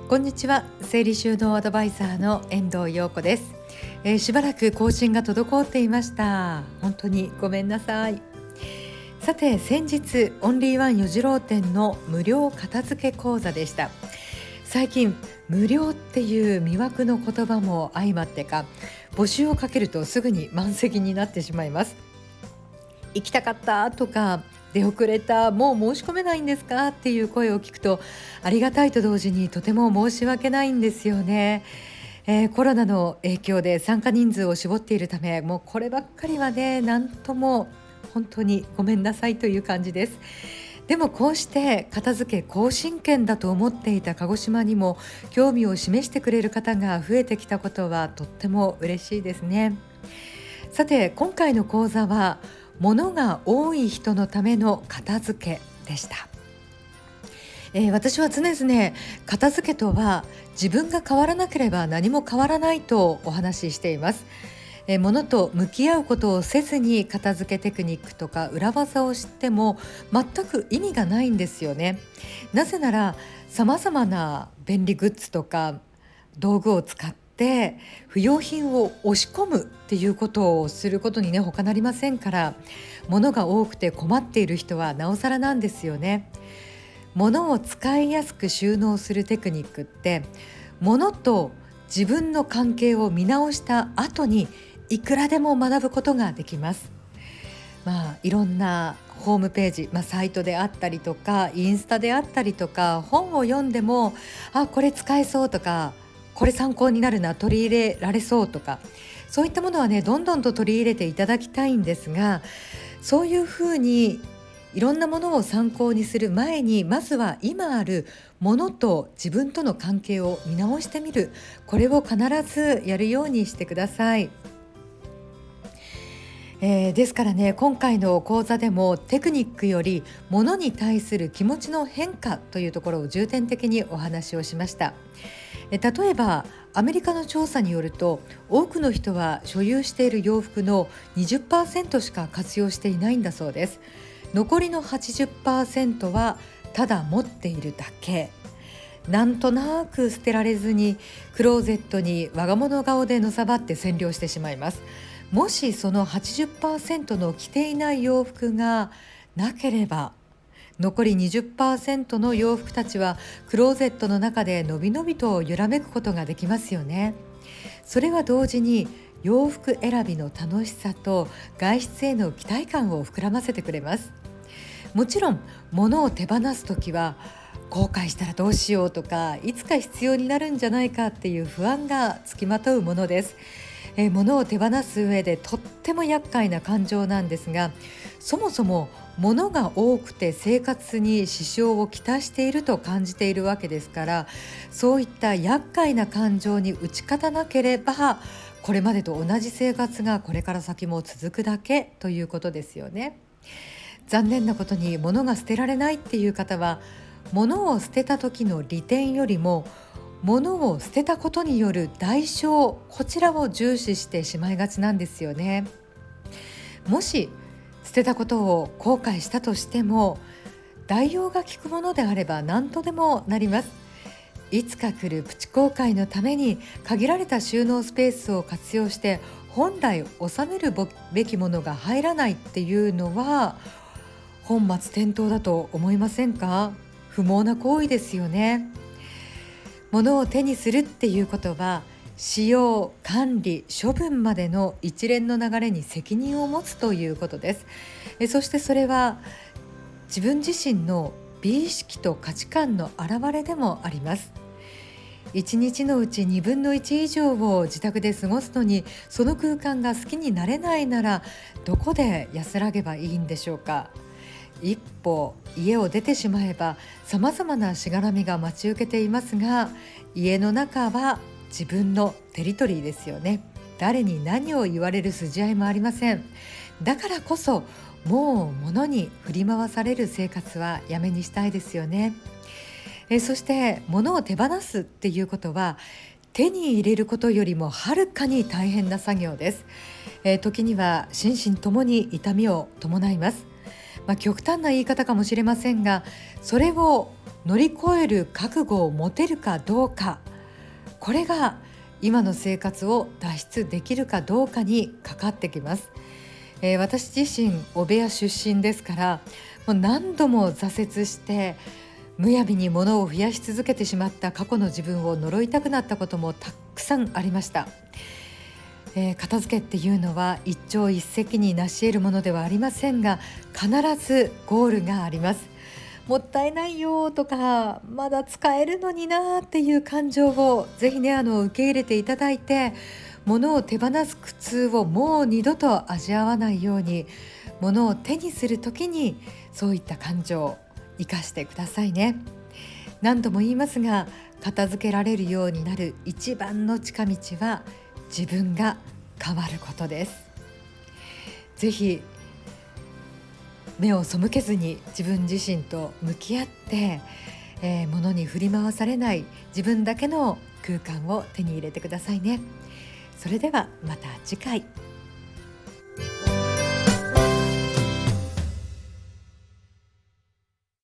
こんにちは。整理収納アドバイザーの遠藤陽子です。しばらく更新が滞っていました。本当にごめんなさい。さて、先日オンリーワンよじろう店の無料片付け講座でした。最近無料っていう魅惑の言葉も相まってか、募集をかけるとすぐに満席になってしまいます。行きたかったとか、出遅れた、もう申し込めないんですかっていう声を聞くと、ありがたいと同時にとても申し訳ないんですよね。コロナの影響で参加人数を絞っているため、もうこればっかりはね、なんとも本当にごめんなさいという感じです。でもこうして片付け更新券だと思っていた鹿児島にも興味を示してくれる方が増えてきたことはとっても嬉しいですね。さて、今回の講座は物が多い人のための片付けでした。私は常々片付けとは自分が変わらなければ何も変わらないとお話ししています。物と向き合うことをせずに片付けテクニックとか裏技を知っても全く意味がないんですよね。なぜなら様々な便利グッズとか道具を使って不要品を押し込むっていうことをすることにね、他なりませんから、物が多くて困っている人はなおさらなんですよね。物を使いやすく収納するテクニックって、物と自分の関係を見直した後にいくらでも学ぶことができます。いろんなホームページ、サイトであったりとかインスタであったりとか本を読んでも、これ使えそうとか、これ参考になるな、取り入れられそうとか、そういったものはね、どんどんと取り入れていただきたいんですが、そういうふうにいろんなものを参考にする前に、まずは今あるものと自分との関係を見直してみる、これを必ずやるようにしてください。ですからね、今回の講座でもテクニックより物に対する気持ちの変化というところを重点的にお話をしました。例えばアメリカの調査によると、多くの人は所有している洋服の 20% しか活用していないんだそうです。残りの 80% はただ持っているだけ、なんとなく捨てられずにクローゼットに我が物顔でのさばって占領してしまいます。もしその 80% の着ていない洋服がなければ、残り 20% の洋服たちはクローゼットの中でのびのびと揺らめくことができますよね。それは同時に洋服選びの楽しさと外出への期待感を膨らませてくれます。もちろん物を手放すときは、後悔したらどうしようとか、いつか必要になるんじゃないかっていう不安がつきまとうものです。物を手放す上でとっても厄介な感情なんですが、そもそも物が多くて生活に支障をきたしていると感じているわけですから、そういった厄介な感情に打ち勝たなければ、これまでと同じ生活がこれから先も続くだけということですよね。残念なことに物が捨てられないっていう方は、物を捨てた時の利点よりも物を捨てたことによる代償、こちらを重視してしまいがちなんですよね。もし捨てたことを後悔したとしても、代用が効くものであれば何とでもなります。いつか来るプチ後悔のために限られた収納スペースを活用して本来収めるべきものが入らないっていうのは本末転倒だと思いませんか？不毛な行為ですよね。物を手にするっていうことは、使用、管理、処分までの一連の流れに責任を持つということです。そしてそれは自分自身の美意識と価値観の表れでもあります。1日のうち2分の1以上を自宅で過ごすのに、その空間が好きになれないなら、どこで安らげばいいんでしょうか。一歩家を出てしまえば様々なしがらみが待ち受けていますが、家の中は自分のテリトリーですよね。誰に何を言われる筋合いもありません。だからこそ、もう物に振り回される生活はやめにしたいですよね。そして物を手放すっていうことは、手に入れることよりもはるかに大変な作業です。時には心身ともに痛みを伴います。極端な言い方かもしれませんが、それを乗り越える覚悟を持てるかどうか、これが今の生活を脱出できるかどうかにかかってきます。私自身汚部屋出身ですから、もう何度も挫折してむやみに物を増やし続けてしまった過去の自分を呪いたくなったこともたくさんありました。片付けっていうのは一朝一夕に成し得るものではありませんが、必ずゴールがあります。もったいないよとか、まだ使えるのになっていう感情をぜひね、受け入れていただいて、物を手放す苦痛をもう二度と味わわないように、物を手にするときにそういった感情を生かしてくださいね。何度も言いますが、片付けられるようになる一番の近道は自分が変わることです。ぜひ目を背けずに自分自身と向き合って、物に振り回されない自分だけの空間を手に入れてくださいね。それではまた次回。